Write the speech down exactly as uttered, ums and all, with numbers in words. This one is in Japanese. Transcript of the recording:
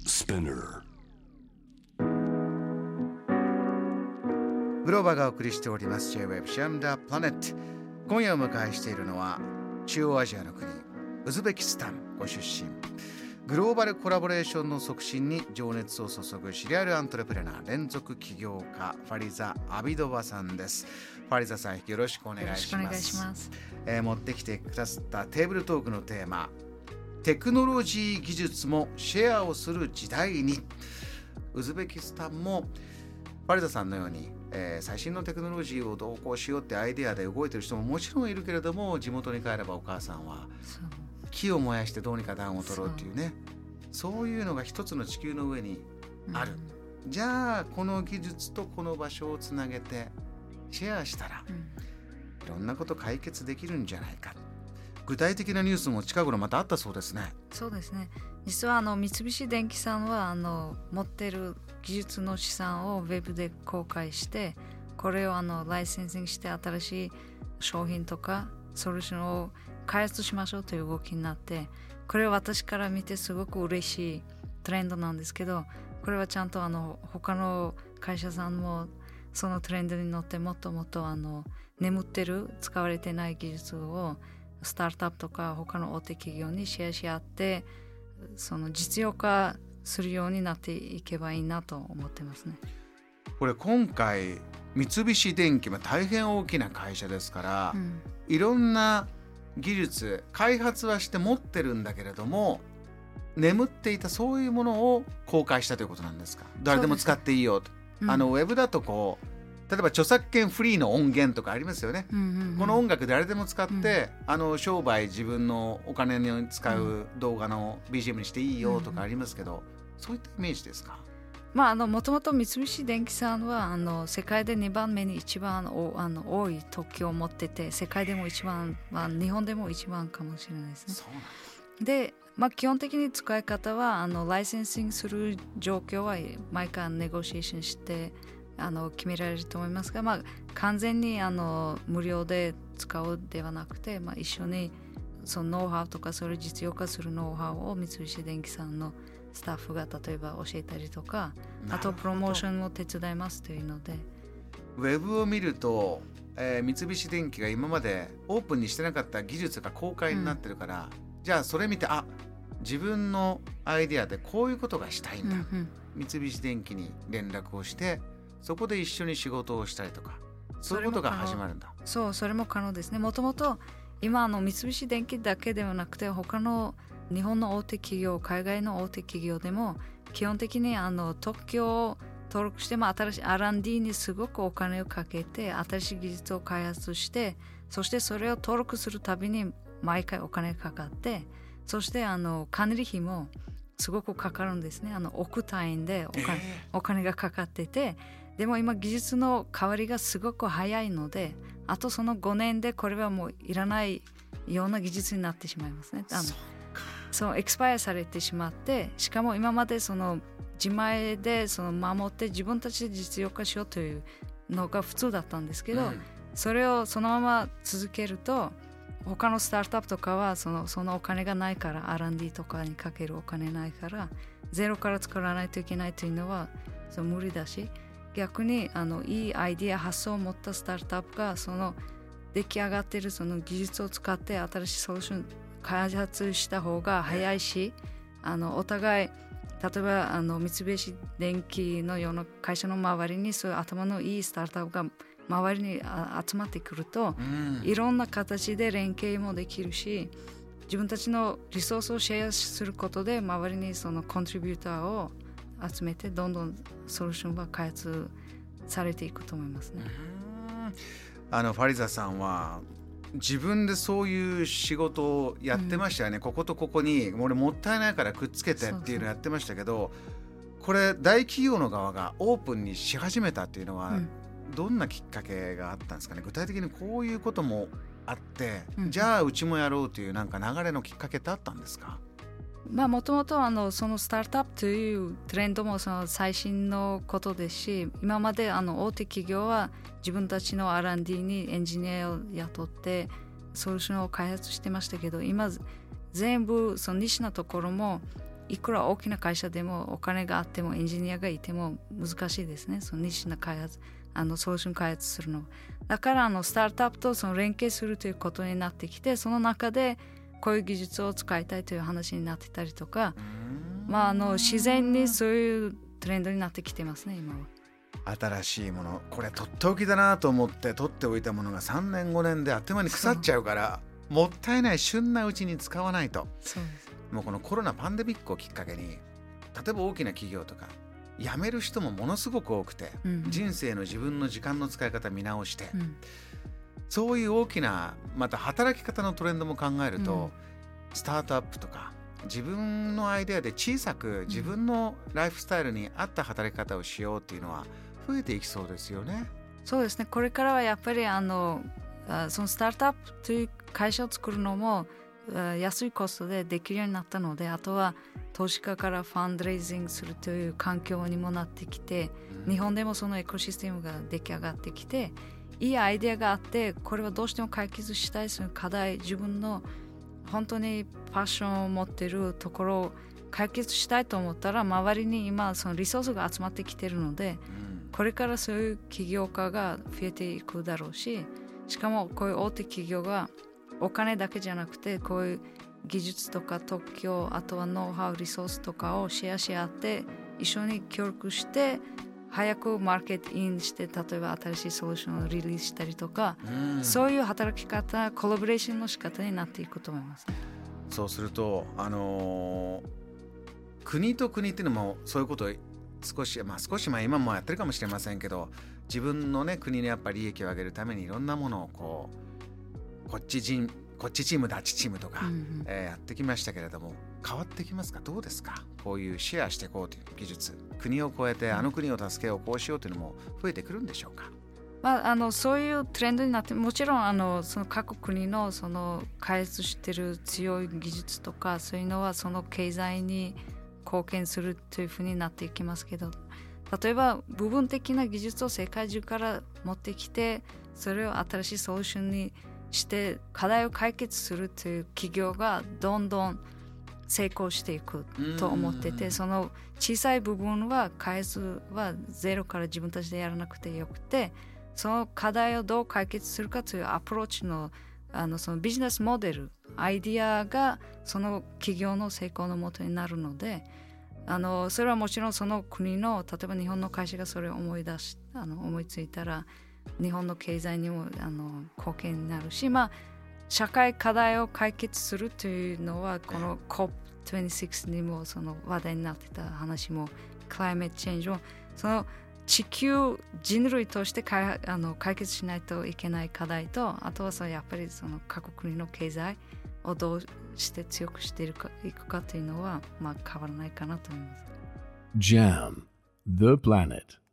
Spinner。 グローバーがお送りしております J-Web シャムダプラネット。今夜お迎えしているのは中央アジアの国ウズベキスタンご出身、グローバルコラボレーションの促進に情熱を注ぐシリアルアントレプレナー、連続起業家ファリザ・アビドバさんです。ファリザさん、よろしくお願いします。よろしくお願いします。えー、持ってきてくださったテーブルトークのテーマ、テクノロジー技術もシェアをする時代に。ウズベキスタンもファリザさんのように、えー、最新のテクノロジーをどうこうしようってアイデアで動いてる人ももちろんいるけれども、地元に帰ればお母さんは木を燃やしてどうにか暖を取ろうっていうね、そうそういうのが一つの地球の上にある、うん、じゃあこの技術とこの場所をつなげてシェアしたら、うん、いろんなこと解決できるんじゃないか。具体的なニュースも近頃またあったそうですね。 そうですね。実はあの三菱電機さんはあの持っている技術の資産をウェブで公開して、これをあのライセンシングして新しい商品とかソリューションを開発しましょうという動きになって、これは私から見てすごく嬉しいトレンドなんですけど、これはちゃんとあの他の会社さんもそのトレンドに乗ってもっともっとあの眠ってる使われてない技術をスタートアップとか他の大手企業にシェアし合って、その実用化するようになっていけばいいなと思ってますね。 これ今回三菱電機は大変大きな会社ですから、うん、いろんな技術開発はして持ってるんだけれども、眠っていたそういうものを公開したということなんですか。誰でも使っていいよと、うん、あのウェブだとこう例えば著作権フリーの音源とかありますよね、うんうんうん、この音楽誰でも使って、うん、あの商売自分のお金に使う動画の ビージーエム にしていいよとかありますけど、うんうん、そういったイメージですか。 まあ、あのもともと三菱電機さんはあの世界でにばんめに一番おあの多い特許を持ってて、世界でも一番、まあ、日本でも一番かもしれないですね。そうなんで、まあ、基本的に使い方はあのライセンシングする状況は毎回ネゴシエーションしてあの決められると思いますが、まあ、完全にあの無料で使うではなくて、まあ、一緒にそのノウハウとかそれを実用化するノウハウを三菱電機さんのスタッフが例えば教えたりとか、あとプロモーションを手伝いますというので、 ウェブを見ると、えー、三菱電機が今までオープンにしてなかった技術が公開になってるから、うん、じゃあそれ見て、あ、自分のアイデアでこういうことがしたいんだ、うんうん、三菱電機に連絡をしてそこで一緒に仕事をしたりとか、そういうことが始まるんだ。 そう、それも可能ですね。もともと今あの三菱電機だけではなくて、他の日本の大手企業、海外の大手企業でも基本的にあの特許を登録して、まあ、新しい アールアンドディー にすごくお金をかけて新しい技術を開発して、そしてそれを登録するたびに毎回お金がかかって、そしてあの管理費もすごくかかるんですね。あの億単位でお金、えー、お金がかかってて、でも今技術の変わりがすごく早いので、あとそのごねんでこれはもういらないような技術になってしまいますね。あのそうエクスパイアされてしまって、しかも今までその自前でその守って自分たちで実用化しようというのが普通だったんですけど、うん、それをそのまま続けると他のスタートアップとかはその、そのお金がないから アールアンドディー とかにかけるお金ないからゼロから作らないといけないというのはその無理だし、逆にあのいいアイディア発想を持ったスタートアップがその出来上がっているその技術を使って新しいソリューション開発した方が早いし、あのお互い例えばあの三菱電機のような会社の周りにそういう頭のいいスタートアップが周りに集まってくると、うん、いろんな形で連携もできるし、自分たちのリソースをシェアすることで周りにそのコントリビューターを集めてどんどんソリューションが開発されていくと思いますね。 うん、あのファリザさんは自分でそういう仕事をやってましたよね、うん、こことここに俺もったいないからくっつけてっていうのをやってましたけど、そうそう、これ大企業の側がオープンにし始めたっていうのは、うん、どんなきっかけがあったんですかね。具体的にこういうこともあって、うん、じゃあうちもやろうというなんか流れのきっかけってあったんですか。 まあもともとあのそのスタートアップというトレンドもその最新のことですし、今まであの大手企業は自分たちの アールアンドディー にエンジニアを雇ってソリューションを開発してましたけど、今全部そのニッチなところもいくら大きな会社でもお金があってもエンジニアがいても難しいですね。そのニッチな開発、あのソリューション開発するの。だからあのスタートアップとその連携するということになってきて、その中でこういう技術を使いたいという話になってたりとか、まあ、あの自然にそういうトレンドになってきてますね今は。 新しいもの、これとっておきだなと思って取っておいたものがさんねんごねんであっという間に腐っちゃうから、もったいない、旬なうちに使わないと。 そうです。 もうこのコロナパンデミックをきっかけに、例えば大きな企業とか辞める人もものすごく多くて、うん、人生の自分の時間の使い方見直して、うん、そういう大きなまた働き方のトレンドも考えると、うん、スタートアップとか自分のアイデアで小さく自分のライフスタイルに合った働き方をしようっていうのは増えていきそうですよね。 そうですね。これからはやっぱりあのそのスタートアップという会社を作るのも安いコストでできるようになったので、あとは投資家からファンドレイジングするという環境にもなってきて、日本でもそのエコシステムが出来上がってきて、いいアイデアがあって、これはどうしても解決したいその課題、自分の本当にパッションを持っているところを解決したいと思ったら、周りに今そのリソースが集まってきているので、これからそういう起業家が増えていくだろうし、しかもこういう大手企業がお金だけじゃなくて、こういう技術とか特許、あとはノウハウ、リソースとかをシェアし合って一緒に協力して早くマーケットインして、例えば新しいソリューションをリリースしたりとか、うん、そういう働き方、コラボレーションの仕方になっていくと思います。 そうすると、あのー、国と国っていうのもそういうことを少し、まあ、少し前今もやってるかもしれませんけど、自分のね国のやっぱり利益を上げるためにいろんなものをこうこっち人こっちチームだあっちチームとか、うんうんえー、やってきましたけれども、変わってきますか？どうですか？こういうシェアしていこうという技術、国を超えてあの国を助けよう、こうしようというのも増えてくるんでしょうか？ まあ、あのそういうトレンドになって、もちろんあのその各国のその開発している強い技術とかそういうのはその経済に貢献するというふうになっていきますけど、例えば部分的な技術を世界中から持ってきて、それを新しいソリューションにして課題を解決するという企業がどんどん成功していくと思ってて、その小さい部分は開発はゼロから自分たちでやらなくてよくて、その課題をどう解決するかというアプローチの、あのそのビジネスモデル、アイディアがその企業の成功のもとになるので、あのそれはもちろんその国の、例えば日本の会社がそれを思い出しあの思いついたら日本の経済にもあの貢献になるし、まあ、社会課題を解決するというのはこの コップにじゅうろく にもその話題になってた話も、クライメットチェンジをその地球人類としてかあの解決しないといけない課題と、あとはそのやっぱりその各国の経済をどうして強くしていくかというのは、まあ、変わらないかなと思います。 ジャム The Planet